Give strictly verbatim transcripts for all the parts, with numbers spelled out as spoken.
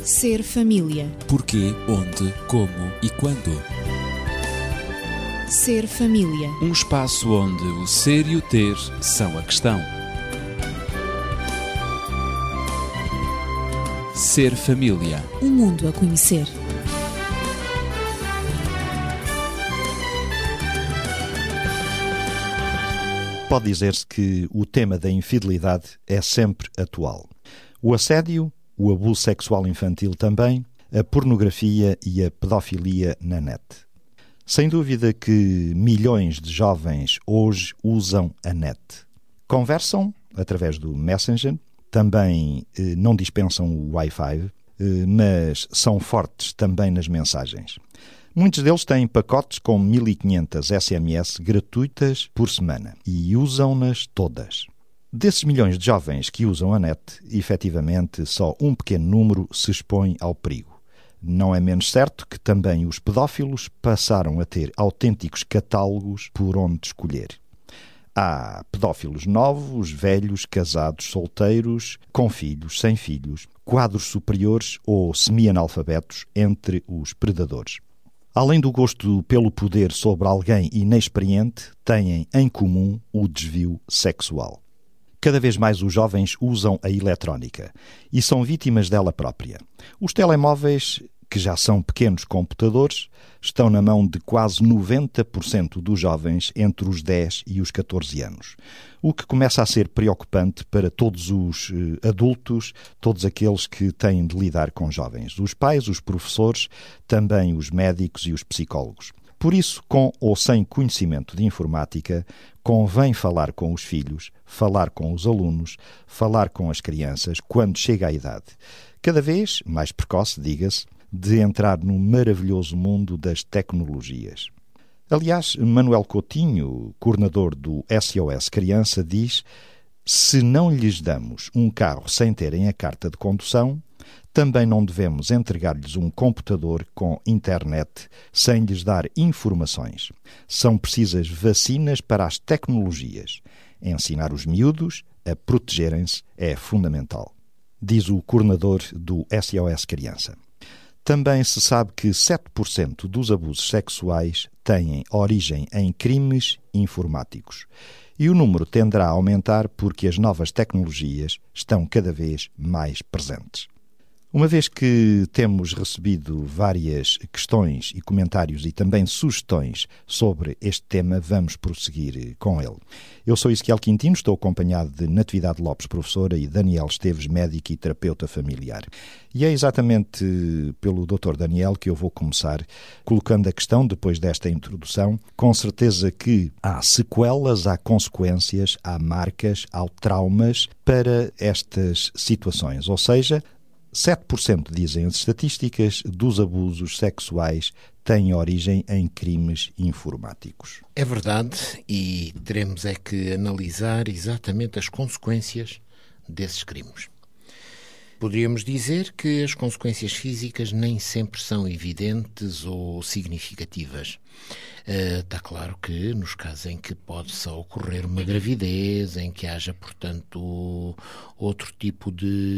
Ser família. Porquê, onde, como e quando. Ser família. Um espaço onde o ser e o ter são a questão. Ser família. Um mundo a conhecer. Pode dizer-se que o tema da infidelidade é sempre atual. O assédio, o abuso sexual infantil também, a pornografia e a pedofilia na net. Sem dúvida que milhões de jovens hoje usam a net. Conversam através do Messenger, também eh, não dispensam o Wi-Fi, eh, mas são fortes também nas mensagens. Muitos deles têm pacotes com mil e quinhentas S M S gratuitas por semana e usam-nas todas. Desses milhões de jovens que usam a net, efetivamente só um pequeno número se expõe ao perigo. Não é menos certo que também os pedófilos passaram a ter autênticos catálogos por onde escolher. Há pedófilos novos, velhos, casados, solteiros, com filhos, sem filhos, quadros superiores ou semi-analfabetos entre os predadores. Além do gosto pelo poder sobre alguém inexperiente, têm em comum o desvio sexual. Cada vez mais os jovens usam a eletrónica e são vítimas dela própria. Os telemóveis, que já são pequenos computadores, estão na mão de quase noventa por cento dos jovens entre os dez e os catorze anos, o que começa a ser preocupante para todos os eh, adultos, todos aqueles que têm de lidar com jovens, os pais, os professores, também os médicos e os psicólogos. Por isso, com ou sem conhecimento de informática, convém falar com os filhos, falar com os alunos, falar com as crianças quando chega à idade. Cada vez mais precoce, diga-se, de entrar no maravilhoso mundo das tecnologias. Aliás, Manuel Coutinho, coordenador do S O S Criança, diz: se não lhes damos um carro sem terem a carta de condução, também não devemos entregar-lhes um computador com internet sem lhes dar informações. São precisas vacinas para as tecnologias. Ensinar os miúdos a protegerem-se é fundamental, diz o coordenador do S O S Criança. Também se sabe que sete por cento dos abusos sexuais têm origem em crimes informáticos. E o número tenderá a aumentar porque as novas tecnologias estão cada vez mais presentes. Uma vez que temos recebido várias questões e comentários e também sugestões sobre este tema, vamos prosseguir com ele. Eu sou Ezequiel Quintino, estou acompanhado de Natividade Lopes, professora, e Daniel Esteves, médico e terapeuta familiar. E é exatamente pelo doutor Daniel que eu vou começar colocando a questão, depois desta introdução. Com certeza que há sequelas, há consequências, há marcas, há traumas para estas situações, ou seja, sete por cento, dizem as estatísticas, dos abusos sexuais têm origem em crimes informáticos. É verdade, e teremos é que analisar exatamente as consequências desses crimes. Poderíamos dizer que as consequências físicas nem sempre são evidentes ou significativas. Uh, está claro que nos casos em que pode só ocorrer uma gravidez, em que haja, portanto, outro tipo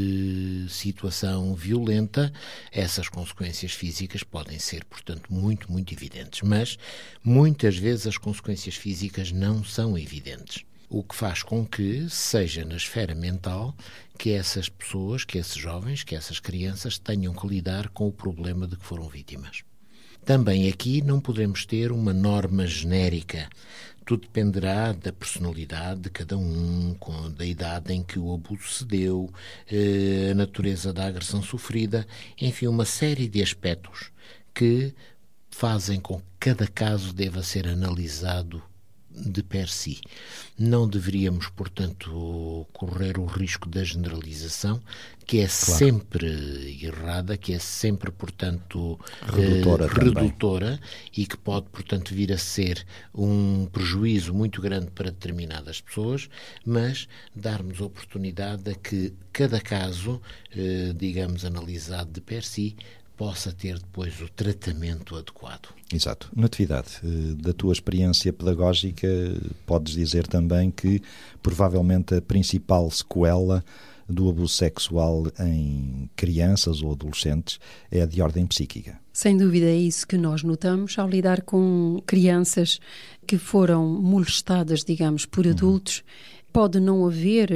de situação violenta, essas consequências físicas podem ser, portanto, muito, muito evidentes. Mas, muitas vezes, as consequências físicas não são evidentes. O que faz com que seja na esfera mental que essas pessoas, que esses jovens, que essas crianças tenham que lidar com o problema de que foram vítimas. Também aqui não podemos ter uma norma genérica. Tudo dependerá da personalidade de cada um, com, da idade em que o abuso se deu, eh, a natureza da agressão sofrida, enfim, uma série de aspectos que fazem com que cada caso deva ser analisado de per si. Não deveríamos, portanto, correr o risco da generalização, que é claro. sempre errada, que é sempre, portanto, redutora, eh, redutora e que pode, portanto, vir a ser um prejuízo muito grande para determinadas pessoas, mas darmos a oportunidade a que cada caso, eh, digamos, analisado de per si, possa ter depois o tratamento adequado. Exato. Natividade, da tua experiência pedagógica, podes dizer também que provavelmente a principal sequela do abuso sexual em crianças ou adolescentes é de ordem psíquica. Sem dúvida é isso que nós notamos ao lidar com crianças que foram molestadas, digamos, por adultos. Uhum. Pode não haver,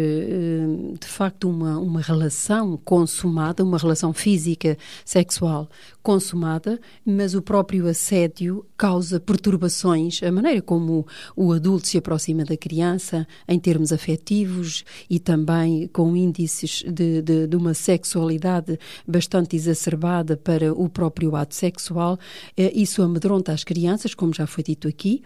de facto, uma, uma relação consumada, uma relação física, sexual consumada, mas o próprio assédio causa perturbações, a maneira como o adulto se aproxima da criança, em termos afetivos e também com índices de, de, de uma sexualidade bastante exacerbada para o próprio ato sexual. Isso amedronta as crianças, como já foi dito aqui,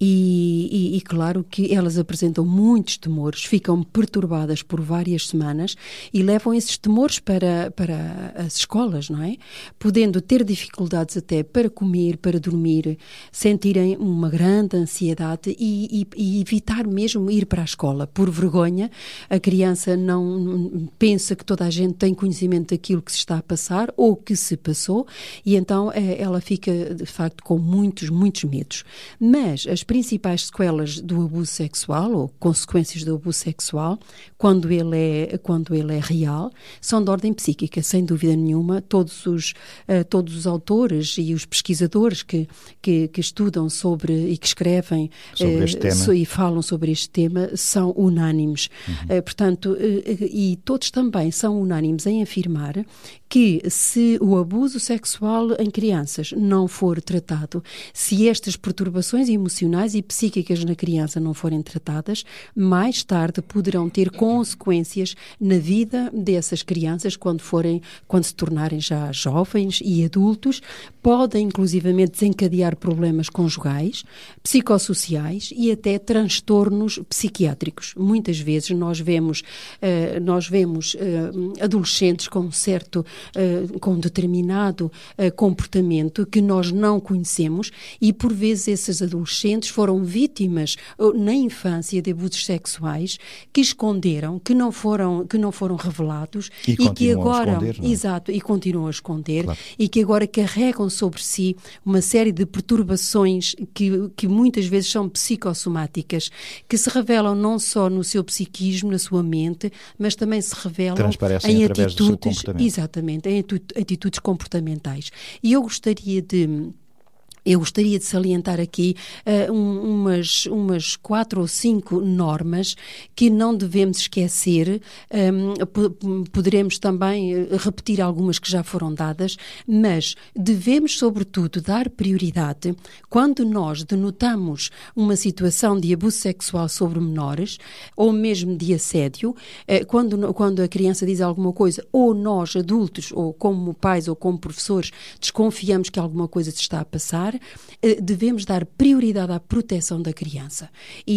e, e, e claro que elas apresentam muitos temores, ficam perturbadas por várias semanas e levam esses temores para, para as escolas, não é? Podendo ter dificuldades até para comer, para dormir, sentirem uma grande ansiedade e, e, e evitar mesmo ir para a escola. Por vergonha, a criança não pensa que toda a gente tem conhecimento daquilo que se está a passar ou que se passou e então ela fica, de facto, com muitos, muitos medos. Mas as principais sequelas do abuso sexual ou consequências do abuso sexual, quando ele é, quando ele é real, são de ordem psíquica, sem dúvida nenhuma. Todos os, uh, todos os autores e os pesquisadores que, que, que estudam sobre e que escrevem sobre este uh, tema. So, e falam sobre este tema são unânimes. Uhum. Uh, portanto, uh, e todos também são unânimes em afirmar que se o abuso sexual em crianças não for tratado, se estas perturbações emocionais e psíquicas na criança não forem tratadas, mais tarde poderão ter consequências na vida dessas crianças quando forem, quando se tornarem já jovens e adultos, podem inclusivamente desencadear problemas conjugais, psicossociais e até transtornos psiquiátricos. Muitas vezes nós vemos, uh, nós vemos uh, adolescentes com certo Uh, com determinado uh, comportamento que nós não conhecemos e por vezes esses adolescentes foram vítimas uh, na infância de abusos sexuais que esconderam, que não foram, que não foram revelados e, e que agora, a esconder, não é? Exato, e continuam a esconder, claro. E que agora carregam sobre si uma série de perturbações que, que muitas vezes são psicossomáticas, que se revelam não só no seu psiquismo, na sua mente, mas também se revelam em atitudes, exatamente, em atitudes comportamentais. E eu gostaria de Eu gostaria de salientar aqui uh, um, umas, umas quatro ou cinco normas que não devemos esquecer. Um, p- poderemos também repetir algumas que já foram dadas, mas devemos, sobretudo, dar prioridade quando nós denotamos uma situação de abuso sexual sobre menores ou mesmo de assédio, uh, quando, quando a criança diz alguma coisa, ou nós, adultos, ou como pais ou como professores, desconfiamos que alguma coisa se está a passar, devemos dar prioridade à proteção da criança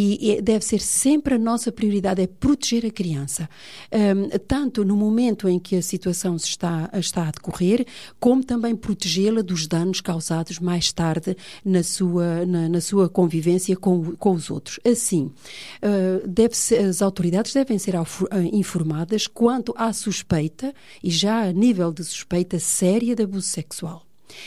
e deve ser sempre a nossa prioridade é proteger a criança, um, tanto no momento em que a situação está, está a decorrer, como também protegê-la dos danos causados mais tarde na sua, na, na sua convivência com, com os outros. Assim, uh, deve ser, as autoridades devem ser informadas quanto à suspeita, e já a nível de suspeita séria de abuso sexual.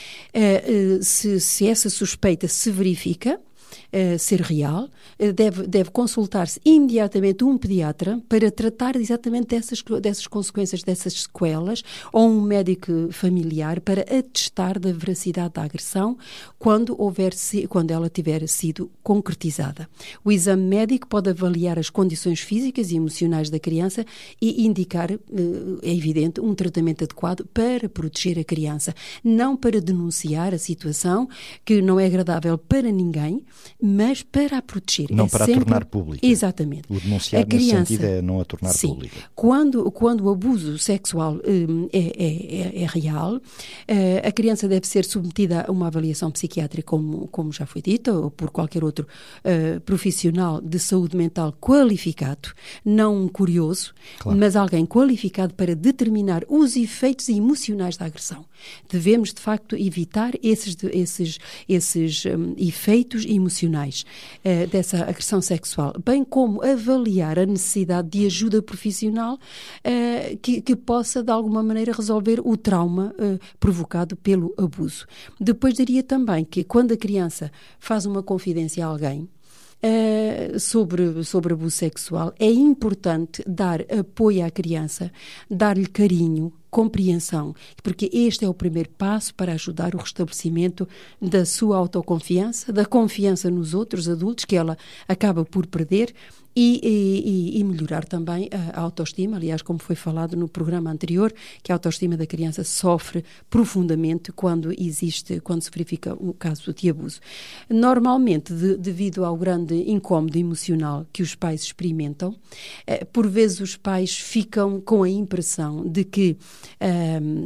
Uh, uh, se, se essa suspeita se verifica uh, ser real, uh, deve, deve consultar-se imediatamente um pediatra para tratar exatamente dessas, dessas consequências, dessas sequelas, ou um médico familiar para atestar da veracidade da agressão quando, houver, quando ela tiver sido concretizada. O exame médico pode avaliar as condições físicas e emocionais da criança e indicar, uh, é evidente, um tratamento adequado para proteger a criança, não para denunciar a situação, que não é agradável para ninguém, mas para a proteger. Não é para sempre... a tornar pública. Exatamente. O denunciar a criança... nesse sentido é não a tornar Sim. pública. Quando, quando o abuso sexual um, é, é, é real, uh, a criança deve ser submetida a uma avaliação psiquiátrica, como, como já foi dito, ou por qualquer outro uh, profissional de saúde mental qualificado, não um curioso, claro. Mas alguém qualificado para determinar os efeitos emocionais da agressão. Devemos, de facto, evitar esses, esses, esses um, efeitos emocionais uh, dessa agressão sexual, bem como avaliar a necessidade de ajuda profissional uh, que, que possa, de alguma maneira, resolver o trauma uh, provocado pelo abuso. Depois diria também que, quando a criança faz uma confidência a alguém, uh, sobre, sobre abuso sexual, é importante dar apoio à criança, dar-lhe carinho, compreensão, porque este é o primeiro passo para ajudar o restabelecimento da sua autoconfiança, da confiança nos outros adultos, que ela acaba por perder, e, e, e melhorar também a autoestima. Aliás, como foi falado no programa anterior, que a autoestima da criança sofre profundamente quando existe, quando se verifica um caso de abuso. Normalmente, de, devido ao grande incómodo emocional que os pais experimentam, eh, por vezes os pais ficam com a impressão de que Um,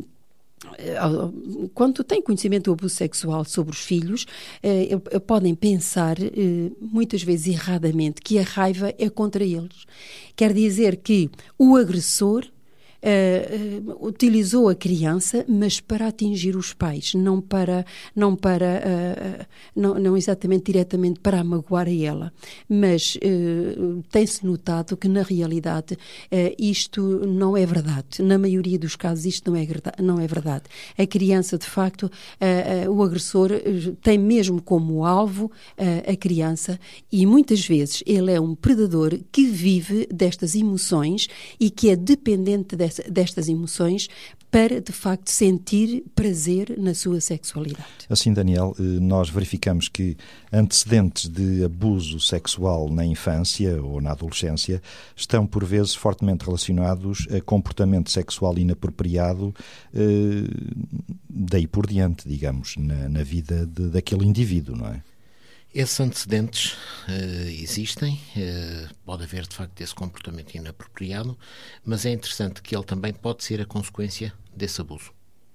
quando têm conhecimento do abuso sexual sobre os filhos, eh, podem pensar, eh, muitas vezes erradamente, que a raiva é contra eles. Quer dizer que o agressor Uh, uh, utilizou a criança, mas para atingir os pais, não para, não para, uh, uh, não, não exatamente diretamente para a magoar a ela, mas uh, tem-se notado que na realidade uh, isto não é verdade. Na maioria dos casos isto não é, não é verdade. A criança, de facto, uh, uh, o agressor uh, tem mesmo como alvo uh, a criança, e muitas vezes ele é um predador que vive destas emoções e que é dependente dessa destas emoções para, de facto, sentir prazer na sua sexualidade. Assim, Daniel, nós verificamos que antecedentes de abuso sexual na infância ou na adolescência estão, por vezes, fortemente relacionados a comportamento sexual inapropriado, eh, daí por diante, digamos, na, na vida de, daquele indivíduo, não é? Esses antecedentes uh, existem, uh, pode haver de facto esse comportamento inapropriado, mas é interessante que ele também pode ser a consequência desse abuso.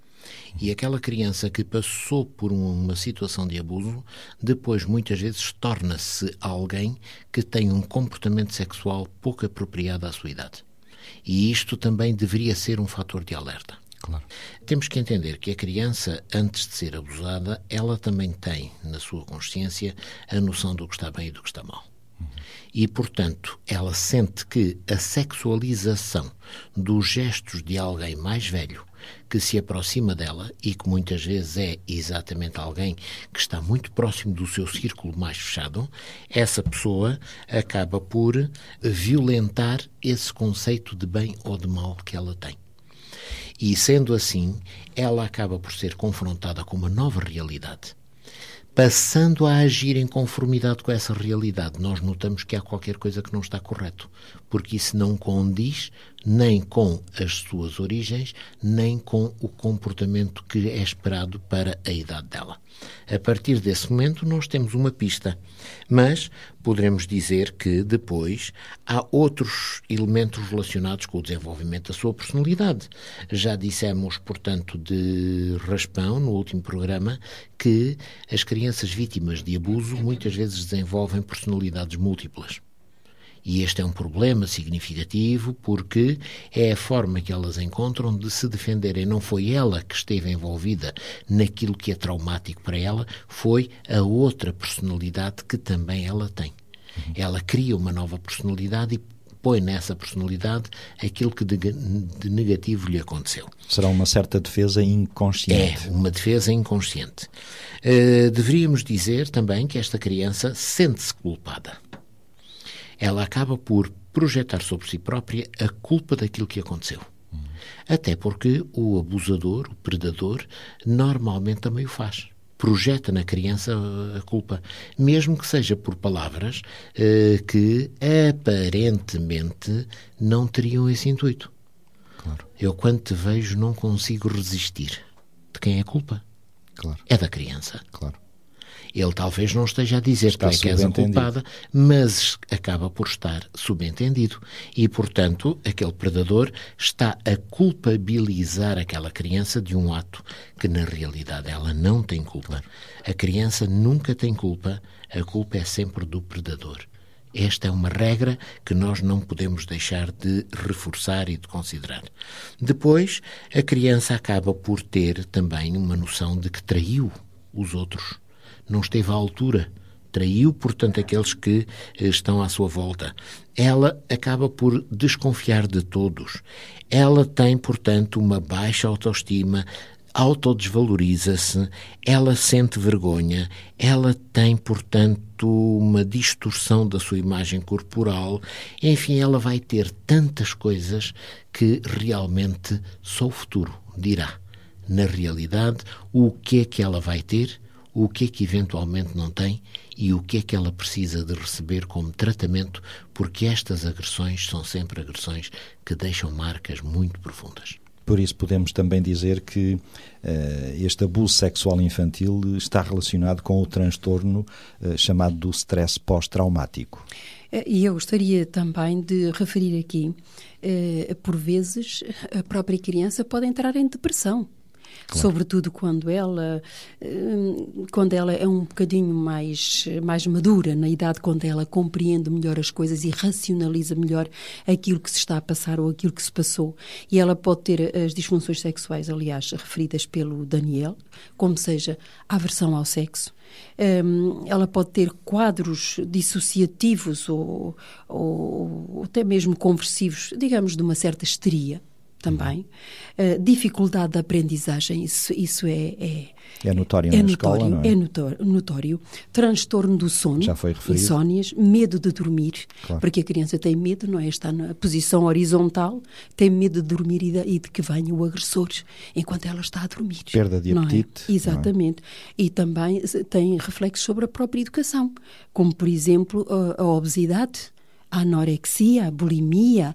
E aquela criança que passou por uma situação de abuso, depois muitas vezes torna-se alguém que tem um comportamento sexual pouco apropriado à sua idade. E isto também deveria ser um fator de alerta. Claro. Temos que entender que a criança, antes de ser abusada, ela também tem, na sua consciência, a noção do que está bem e do que está mal. Uhum. E, portanto, ela sente que a sexualização dos gestos de alguém mais velho que se aproxima dela e que muitas vezes é exatamente alguém que está muito próximo do seu círculo mais fechado, essa pessoa acaba por violentar esse conceito de bem ou de mal que ela tem. E, sendo assim, ela acaba por ser confrontada com uma nova realidade. Passando a agir em conformidade com essa realidade, nós notamos que há qualquer coisa que não está correto, porque isso não condiz nem com as suas origens, nem com o comportamento que é esperado para a idade dela. A partir desse momento, nós temos uma pista, mas poderemos dizer que depois há outros elementos relacionados com o desenvolvimento da sua personalidade. Já dissemos, portanto, de raspão, no último programa, que as crianças vítimas de abuso muitas vezes desenvolvem personalidades múltiplas. E este é um problema significativo porque é a forma que elas encontram de se defenderem. Não foi ela que esteve envolvida naquilo que é traumático para ela, foi a outra personalidade que também ela tem. Uhum. Ela cria uma nova personalidade e põe nessa personalidade aquilo que de, de negativo lhe aconteceu. Será uma certa defesa inconsciente. É, uma defesa inconsciente. Uh, deveríamos dizer também que esta criança sente-se culpada. Ela acaba por projetar sobre si própria a culpa daquilo que aconteceu. Hum. Até porque o abusador, o predador, normalmente também o faz. Projeta na criança a culpa, mesmo que seja por palavras eh, que aparentemente não teriam esse intuito. Claro. Eu, quando te vejo, não consigo resistir. De quem é a culpa? Claro. É da criança. Claro. Ele talvez não esteja a dizer que é que és a culpada, mas acaba por estar subentendido. E, portanto, aquele predador está a culpabilizar aquela criança de um ato que, na realidade, ela não tem culpa. A criança nunca tem culpa, a culpa é sempre do predador. Esta é uma regra que nós não podemos deixar de reforçar e de considerar. Depois, a criança acaba por ter também uma noção de que traiu os outros. Não esteve à altura, traiu, portanto, aqueles que estão à sua volta. Ela acaba por desconfiar de todos. Ela tem, portanto, uma baixa autoestima, autodesvaloriza-se, ela sente vergonha, ela tem, portanto, uma distorção da sua imagem corporal, enfim, ela vai ter tantas coisas que realmente só o futuro dirá, na realidade, o que é que ela vai ter, o que é que eventualmente não tem e o que é que ela precisa de receber como tratamento, porque estas agressões são sempre agressões que deixam marcas muito profundas. Por isso podemos também dizer que uh, este abuso sexual infantil está relacionado com o transtorno uh, chamado do stress pós-traumático. E eu gostaria também de referir aqui, uh, por vezes, a própria criança pode entrar em depressão. Claro. Sobretudo quando ela, quando ela é um bocadinho mais, mais madura, na idade quando ela compreende melhor as coisas e racionaliza melhor aquilo que se está a passar ou aquilo que se passou. E ela pode ter as disfunções sexuais, aliás, referidas pelo Daniel, como seja a aversão ao sexo. Ela pode ter quadros dissociativos ou, ou, ou até mesmo conversivos, digamos, de uma certa histeria. Também. Uh, dificuldade de aprendizagem, isso, isso é, é, é notório é na notório, escola, não é? É notório, notório. Transtorno do sono, já foi referido. Insónias, medo de dormir, claro. Porque a criança tem medo, não é? Está na posição horizontal, tem medo de dormir e de, e de que venha o agressor enquanto ela está a dormir. Perda de apetite. É? Exatamente. É? E também tem reflexos sobre a própria educação, como, por exemplo, a, a obesidade, a anorexia, a bulimia,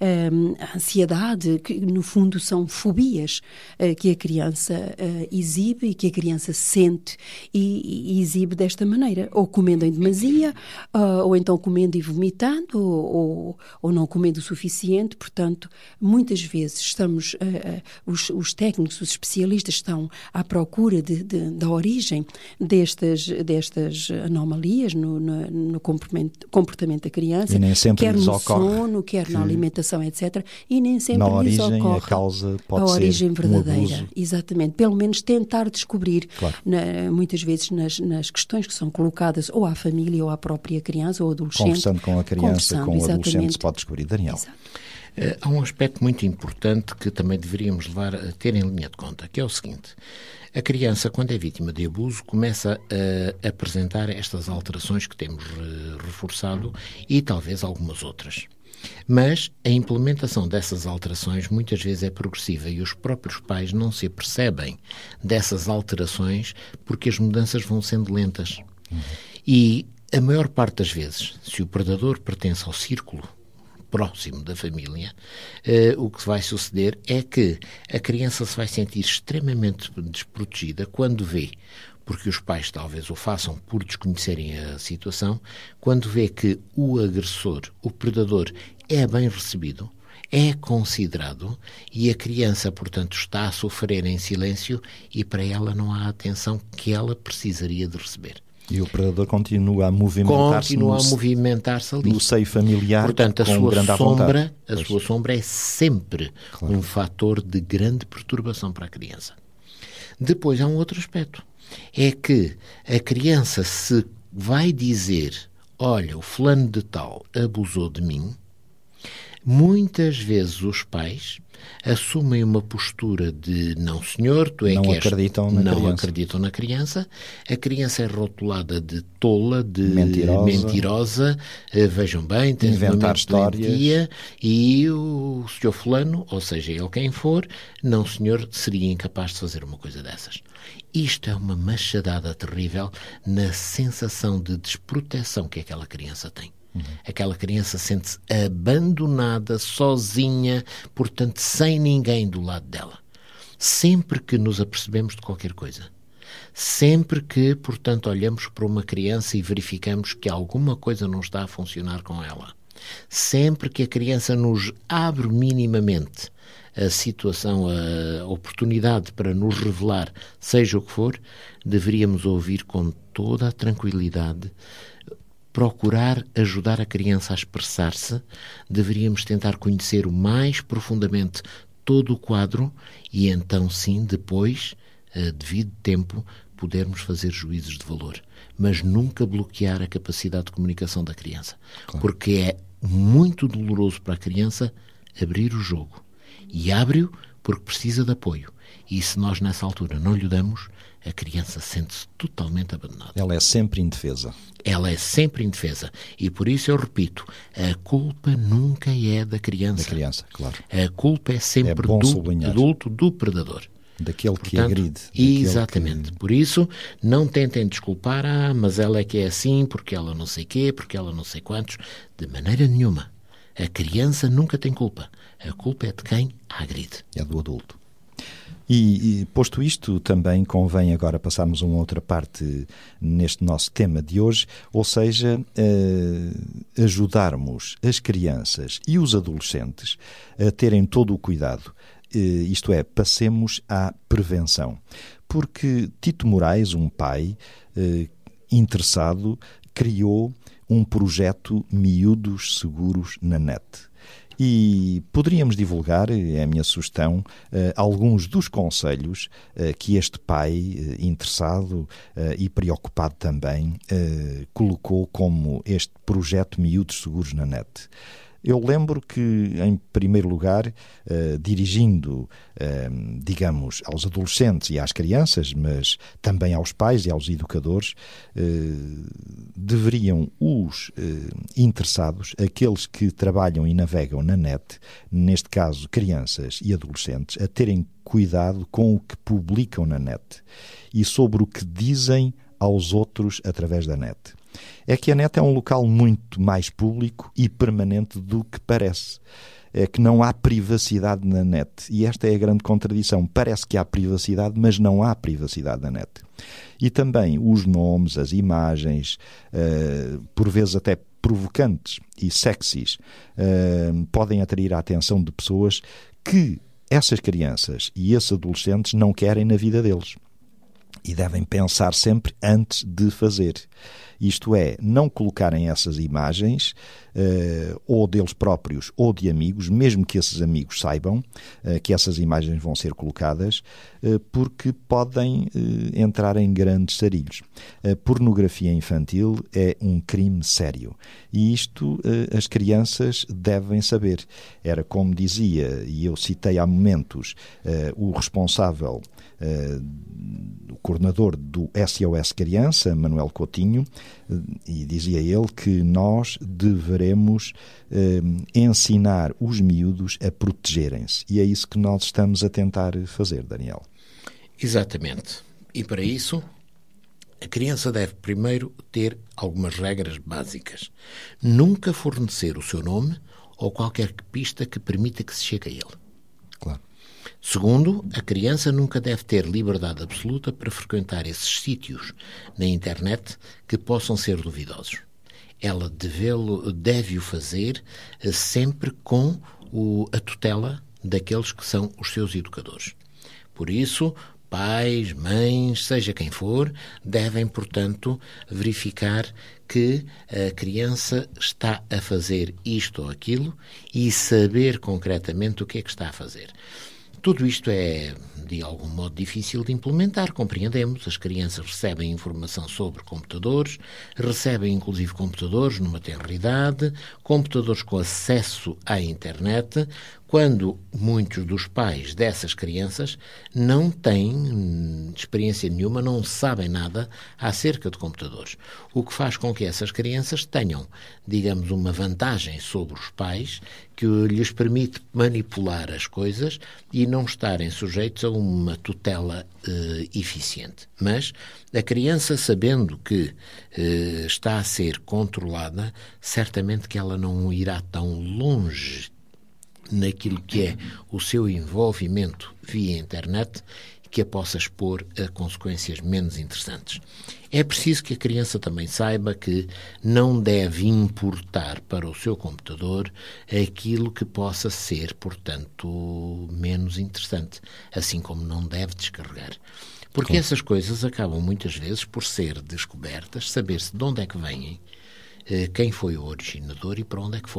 a ansiedade, que no fundo são fobias que a criança exibe e que a criança sente e exibe desta maneira, ou comendo em demasia, ou então comendo e vomitando, ou, ou não comendo o suficiente. Portanto, muitas vezes estamos, os, os técnicos, os especialistas estão à procura de, de, da origem destas, destas anomalias no, no, no comportamento da criança. Nem sempre quer lhes no ocorre sono, quer na alimentação, etcétera. E nem sempre na lhes origem ocorre a causa pode a origem ser verdadeira. Um abuso. Exatamente. Pelo menos tentar descobrir, claro. na, muitas vezes, nas, nas questões que são colocadas ou à família ou à própria criança ou adolescente. Conversando com a criança, com o exatamente. adolescente, se pode descobrir. Daniel. Exato. Uh, há um aspecto muito importante que também deveríamos levar a ter em linha de conta, que é o seguinte. A criança, quando é vítima de abuso, começa a apresentar estas alterações que temos uh, reforçado e talvez algumas outras. Mas a implementação dessas alterações muitas vezes é progressiva e os próprios pais não se apercebem dessas alterações porque as mudanças vão sendo lentas. Uhum. E a maior parte das vezes, se o predador pertence ao círculo próximo da família, uh, o que vai suceder é que a criança se vai sentir extremamente desprotegida quando vê, porque os pais talvez o façam por desconhecerem a situação, quando vê que o agressor, o predador, é bem recebido, é considerado e a criança, portanto, está a sofrer em silêncio e para ela não há a atenção que ela precisaria de receber. E o predador continua a movimentar-se continua no, a movimentar-se ali. no seio familiar. Portanto, a com sua grande sombra, a pois. sua sombra é sempre claro. um fator de grande perturbação para a criança. Depois há um outro aspecto, é que a criança se vai dizer, olha, o fulano de tal abusou de mim, muitas vezes os pais assumem uma postura de não senhor, tu é não que és, acreditam na não criança. acreditam na criança, a criança é rotulada de tola, de mentirosa, mentirosa uh, vejam bem, tens inventar uma histórias doentia, e o senhor fulano, ou seja, ele quem for, não senhor, seria incapaz de fazer uma coisa dessas. Isto é uma machadada terrível na sensação de desproteção que aquela criança tem. Uhum. Aquela criança sente-se abandonada, sozinha, portanto, sem ninguém do lado dela. Sempre que nos apercebemos de qualquer coisa, sempre que, portanto, olhamos para uma criança e verificamos que alguma coisa não está a funcionar com ela, sempre que a criança nos abre minimamente a situação, a oportunidade para nos revelar, seja o que for, deveríamos ouvir com toda a tranquilidade, procurar ajudar a criança a expressar-se, deveríamos tentar conhecer o mais profundamente todo o quadro e então sim, depois, a devido tempo, podermos fazer juízos de valor. Mas nunca bloquear a capacidade de comunicação da criança. Claro. Porque é muito doloroso para a criança abrir o jogo. E abre-o porque precisa de apoio. E se nós, nessa altura, não lhe damos, a criança sente-se totalmente abandonada. Ela é sempre indefesa. Ela é sempre indefesa. E por isso eu repito, a culpa nunca é da criança. Da criança, claro. A culpa é sempre É bom do sublinhar. adulto, do predador. Daquele que Portanto, agride. daquele Exatamente. que- Por isso, não tentem desculpar, ah, mas ela é que é assim, porque ela não sei quê, porque ela não sei quantos. De maneira nenhuma. A criança nunca tem culpa. A culpa é de quem a agride. É do adulto. E, e, posto isto, também convém agora passarmos a uma outra parte neste nosso tema de hoje, ou seja, eh, ajudarmos as crianças e os adolescentes a terem todo o cuidado, eh, isto é, passemos à prevenção. Porque Tito Moraes, um pai eh, interessado, criou um projeto Miúdos Seguros na Net. E poderíamos divulgar, é a minha sugestão, eh, alguns dos conselhos eh, que este pai eh, interessado eh, e preocupado também eh, colocou como este projeto Miúdos Seguros na Net. Eu lembro que, em primeiro lugar, eh, dirigindo, eh, digamos, aos adolescentes e às crianças, mas também aos pais e aos educadores, eh, deveriam os eh, interessados, aqueles que trabalham e navegam na net, neste caso crianças e adolescentes, a terem cuidado com o que publicam na net e sobre o que dizem aos outros através da net. É que a net é um local muito mais público e permanente do que parece. É que não há privacidade na net. E esta é a grande contradição. Parece que há privacidade, mas não há privacidade na net. E também os nomes, as imagens, uh, por vezes até provocantes e sexys, uh, podem atrair a atenção de pessoas que essas crianças e esses adolescentes não querem na vida deles. E devem pensar sempre antes de fazer. Isto é, não colocarem essas imagens, uh, ou deles próprios ou de amigos, mesmo que esses amigos saibam uh, que essas imagens vão ser colocadas, uh, porque podem uh, entrar em grandes sarilhos. A pornografia infantil é um crime sério. E isto uh, as crianças devem saber. Era como dizia, e eu citei há momentos, uh, o responsável, uh, o coordenador do S O S Criança, Manuel Coutinho, e dizia ele que nós deveremos eh, ensinar os miúdos a protegerem-se. E é isso que nós estamos a tentar fazer, Daniel. Exatamente. E para isso, a criança deve primeiro ter algumas regras básicas. Nunca fornecer o seu nome ou qualquer pista que permita que se chegue a ele. Claro. Segundo, a criança nunca deve ter liberdade absoluta para frequentar esses sítios na internet que possam ser duvidosos. Ela deve-o, deve-o fazer sempre com o, a tutela daqueles que são os seus educadores. Por isso, pais, mães, seja quem for, devem, portanto, verificar que a criança está a fazer isto ou aquilo e saber concretamente o que é que está a fazer. Tudo isto é, de algum modo, difícil de implementar, compreendemos. As crianças recebem informação sobre computadores, recebem inclusive computadores numa tenra idade, computadores com acesso à internet, quando muitos dos pais dessas crianças não têm experiência nenhuma, não sabem nada acerca de computadores. O que faz com que essas crianças tenham, digamos, uma vantagem sobre os pais que lhes permite manipular as coisas e não estarem sujeitos a uma tutela eh, eficiente. Mas a criança, sabendo que eh, está a ser controlada, certamente que ela não irá tão longe naquilo que é o seu envolvimento via internet, que a possa expor a consequências menos interessantes. É preciso que a criança também saiba que não deve importar para o seu computador aquilo que possa ser, portanto, menos interessante, assim como não deve descarregar. Porque Como? essas coisas acabam muitas vezes por ser descobertas, saber-se de onde é que vêm, quem foi o originador e para onde é que foram.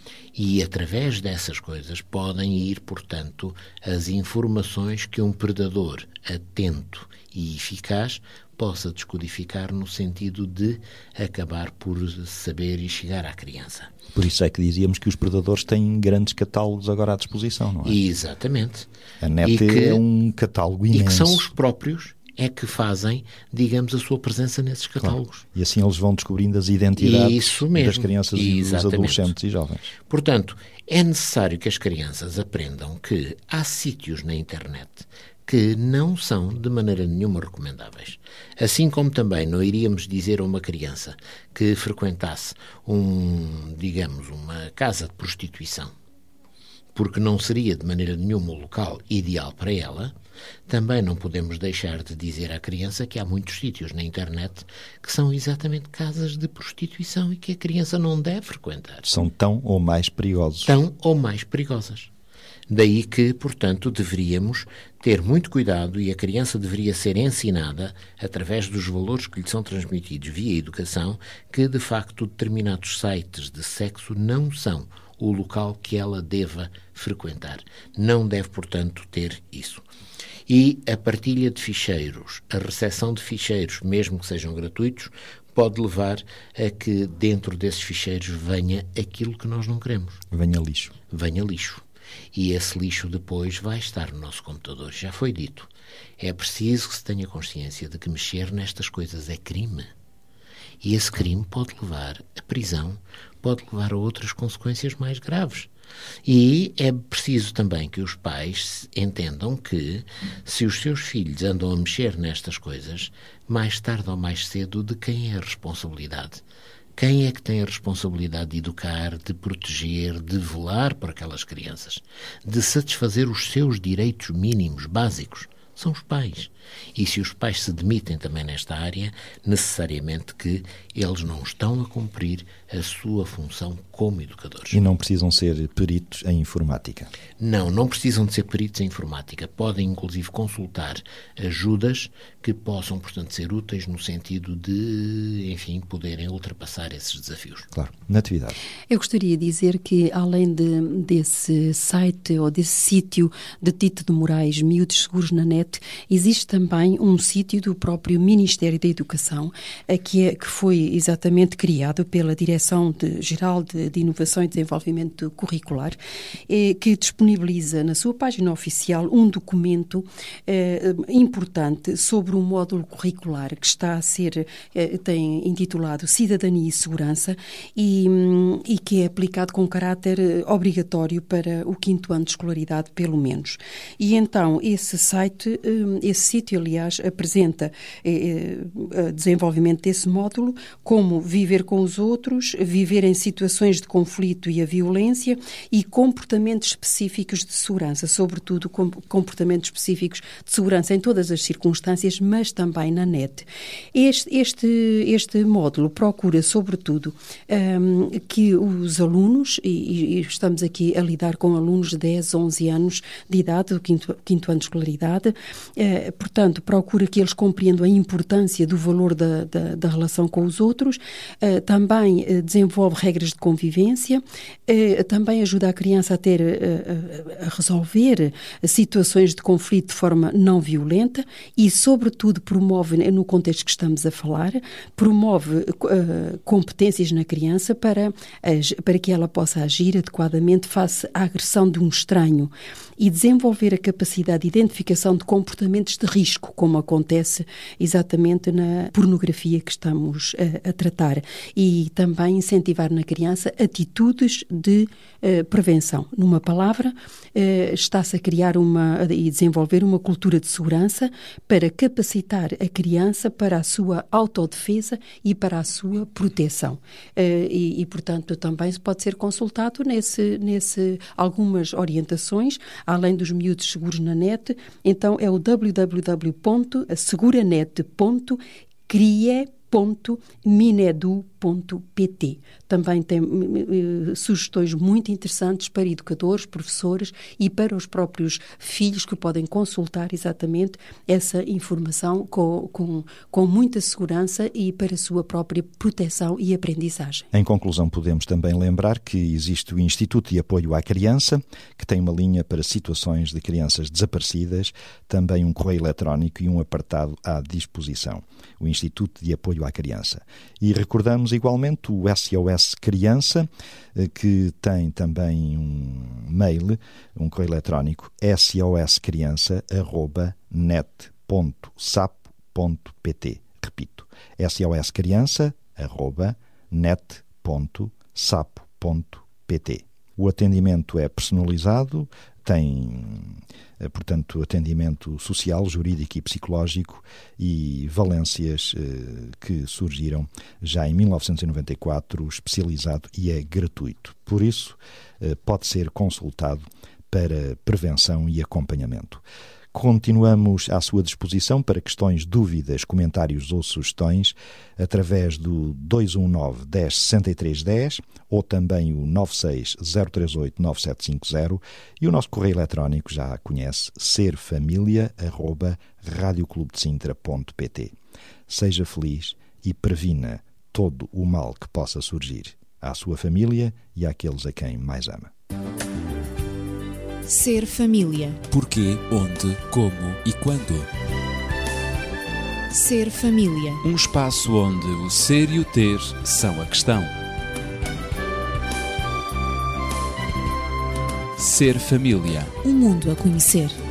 E, através dessas coisas, podem ir, portanto, as informações que um predador atento e eficaz possa descodificar no sentido de acabar por saber e chegar à criança. Por isso é que dizíamos que os predadores têm grandes catálogos agora à disposição, não é? Exatamente. A net que, é um catálogo imenso. E que são os próprios é que fazem, digamos, a sua presença nesses catálogos. Claro. E assim eles vão descobrindo as identidades Isso mesmo. das crianças e dos adolescentes e jovens. Portanto, é necessário que as crianças aprendam que há sítios na internet que não são de maneira nenhuma recomendáveis. Assim como também não iríamos dizer a uma criança que frequentasse um, digamos, uma casa de prostituição, porque não seria de maneira nenhuma o local ideal para ela, também não podemos deixar de dizer à criança que há muitos sítios na internet que são exatamente casas de prostituição e que a criança não deve frequentar. São tão ou mais perigosos. Tão ou mais perigosas. Daí que, portanto, deveríamos ter muito cuidado e a criança deveria ser ensinada, através dos valores que lhe são transmitidos via educação, que, de facto, determinados sites de sexo não são o local que ela deva frequentar. Não deve, portanto, ter isso. E a partilha de ficheiros, a recepção de ficheiros, mesmo que sejam gratuitos, pode levar a que dentro desses ficheiros venha aquilo que nós não queremos. Venha lixo. Venha lixo. E esse lixo depois vai estar no nosso computador. Já foi dito. É preciso que se tenha consciência de que mexer nestas coisas é crime. E esse crime pode levar à prisão, pode levar a outras consequências mais graves. E é preciso também que os pais entendam que, se os seus filhos andam a mexer nestas coisas, mais tarde ou mais cedo, de quem é a responsabilidade? Quem é que tem a responsabilidade de educar, de proteger, de velar por aquelas crianças, de satisfazer os seus direitos mínimos, básicos? São os pais. E se os pais se demitem também nesta área, necessariamente que eles não estão a cumprir a sua função como educadores. E não precisam ser peritos em informática. Não, não precisam de ser peritos em informática. Podem, inclusive, consultar ajudas que possam, portanto, ser úteis no sentido de, enfim, poderem ultrapassar esses desafios. Claro. Natividade. Eu gostaria de dizer que, além de, desse site ou desse sítio de Tito de Moraes, Miúdos Seguros na Net, existe também um sítio do próprio Ministério da Educação, que, é, que foi exatamente criado pela Direção-Geral de, de Inovação e Desenvolvimento Curricular, eh, que disponibiliza na sua página oficial um documento eh, importante sobre um módulo curricular que está a ser, eh, tem intitulado Cidadania e Segurança e, e que é aplicado com caráter obrigatório para o quinto ano de escolaridade, pelo menos. E então esse site, esse sítio, aliás, apresenta eh, desenvolvimento desse módulo, como viver com os outros, viver em situações de conflito e a violência e comportamentos específicos de segurança, sobretudo comportamentos específicos de segurança em todas as circunstâncias, mas também na net. Este, este, este módulo procura, sobretudo, um, que os alunos, e, e estamos aqui a lidar com alunos de dez, onze anos de idade, do quinto, quinto ano de escolaridade, eh, portanto, procura que eles compreendam a importância do valor da, da, da relação com os outros, eh, também eh, desenvolve regras de convivência, eh, também ajuda a criança a ter, eh, a resolver situações de conflito de forma não violenta e, sobretudo, promove, no contexto que estamos a falar, promove uh, competências na criança para, para que ela possa agir adequadamente face à agressão de um estranho e desenvolver a capacidade de identificação de comportamentos de risco, como acontece exatamente na pornografia que estamos a, a tratar, e também incentivar na criança atitudes de uh, prevenção. Numa palavra, uh, está-se a criar uma, e desenvolver uma cultura de segurança para capacitar a criança para a sua autodefesa e para a sua proteção. Uh, e, e, portanto, também pode ser consultado nesse, nesse algumas orientações, além dos miúdos seguros na net. Então é o w w w ponto seguranet ponto crie ponto minedu ponto pt. Também tem uh, sugestões muito interessantes para educadores, professores e para os próprios filhos que podem consultar exatamente essa informação com, com, com muita segurança e para a sua própria proteção e aprendizagem. Em conclusão, podemos também lembrar que existe o Instituto de Apoio à Criança, que tem uma linha para situações de crianças desaparecidas, também um correio eletrónico e um apartado à disposição. O Instituto de Apoio à Criança. E recordamos igualmente o S O S Criança, que tem também um mail, um correio eletrónico, soscriança arroba net ponto sapo ponto pt. Repito, soscriança arroba net ponto sapo ponto pt. O atendimento é personalizado, tem, portanto, atendimento social, jurídico e psicológico e valências eh, que surgiram já em mil novecentos e noventa e quatro, especializado e é gratuito. Por isso, eh, pode ser consultado para prevenção e acompanhamento. Continuamos à sua disposição para questões, dúvidas, comentários ou sugestões através do dois um nove, dez, sessenta e três dez ou também o nove seis zero três oito nove sete cinco zero e o nosso correio eletrónico já conhece, serfamilia arroba radioclubedesintra ponto pt. Seja feliz e previna todo o mal que possa surgir à sua família e àqueles a quem mais ama. Ser família. Porquê, onde, como e quando. Ser família. Um espaço onde o ser e o ter são a questão. Ser família. Um mundo a conhecer.